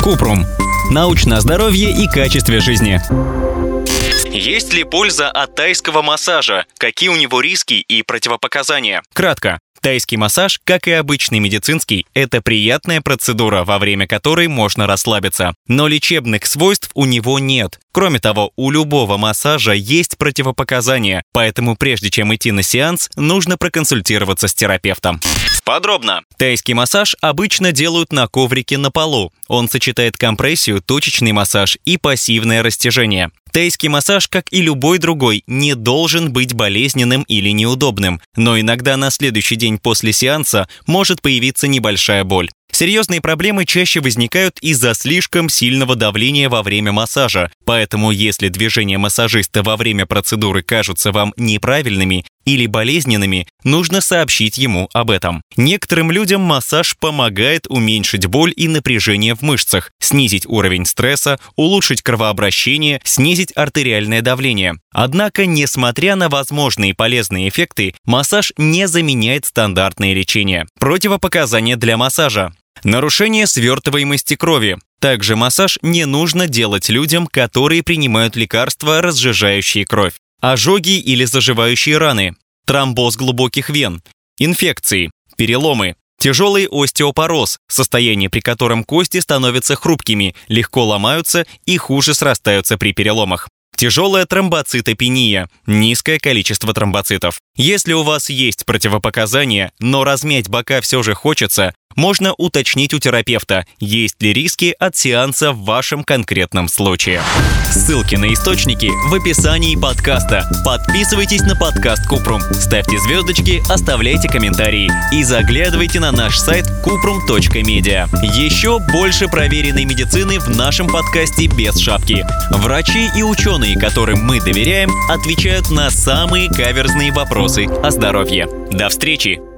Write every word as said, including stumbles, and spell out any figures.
Купрум. Научное здоровье и качестве жизни. Есть ли польза от тайского массажа? Какие у него риски и противопоказания? Кратко. Тайский массаж, как и обычный медицинский, это приятная процедура, во время которой можно расслабиться. Но лечебных свойств у него нет. Кроме того, у любого массажа есть противопоказания, поэтому прежде чем идти на сеанс, нужно проконсультироваться с терапевтом. Подробно. Тайский массаж обычно делают на коврике на полу. Он сочетает компрессию, точечный массаж и пассивное растяжение. Тайский массаж, как и любой другой, не должен быть болезненным или неудобным, но иногда на следующий день после сеанса может появиться небольшая боль. Серьезные проблемы чаще возникают из-за слишком сильного давления во время массажа, поэтому если движения массажиста во время процедуры кажутся вам неправильными или болезненными, нужно сообщить ему об этом. Некоторым людям массаж помогает уменьшить боль и напряжение в мышцах, снизить уровень стресса, улучшить кровообращение, снизить артериальное давление. Однако, несмотря на возможные полезные эффекты, массаж не заменяет стандартное лечение. Противопоказания для массажа. Нарушение свертываемости крови. Также массаж не нужно делать людям, которые принимают лекарства, разжижающие кровь. Ожоги или заживающие раны. Тромбоз глубоких вен. Инфекции. Переломы. Тяжелый остеопороз, состояние, при котором кости становятся хрупкими, легко ломаются и хуже срастаются при переломах. Тяжелая тромбоцитопения, низкое количество тромбоцитов. Если у вас есть противопоказания, но размять бока все же хочется, можно уточнить у терапевта, есть ли риски от сеанса в вашем конкретном случае. Ссылки на источники в описании подкаста. Подписывайтесь на подкаст Купрум, ставьте звездочки, оставляйте комментарии и заглядывайте на наш сайт купрум точка медиа. Еще больше проверенной медицины в нашем подкасте без шапки. Врачи и ученые, которым мы доверяем, отвечают на самые каверзные вопросы о здоровье. До встречи!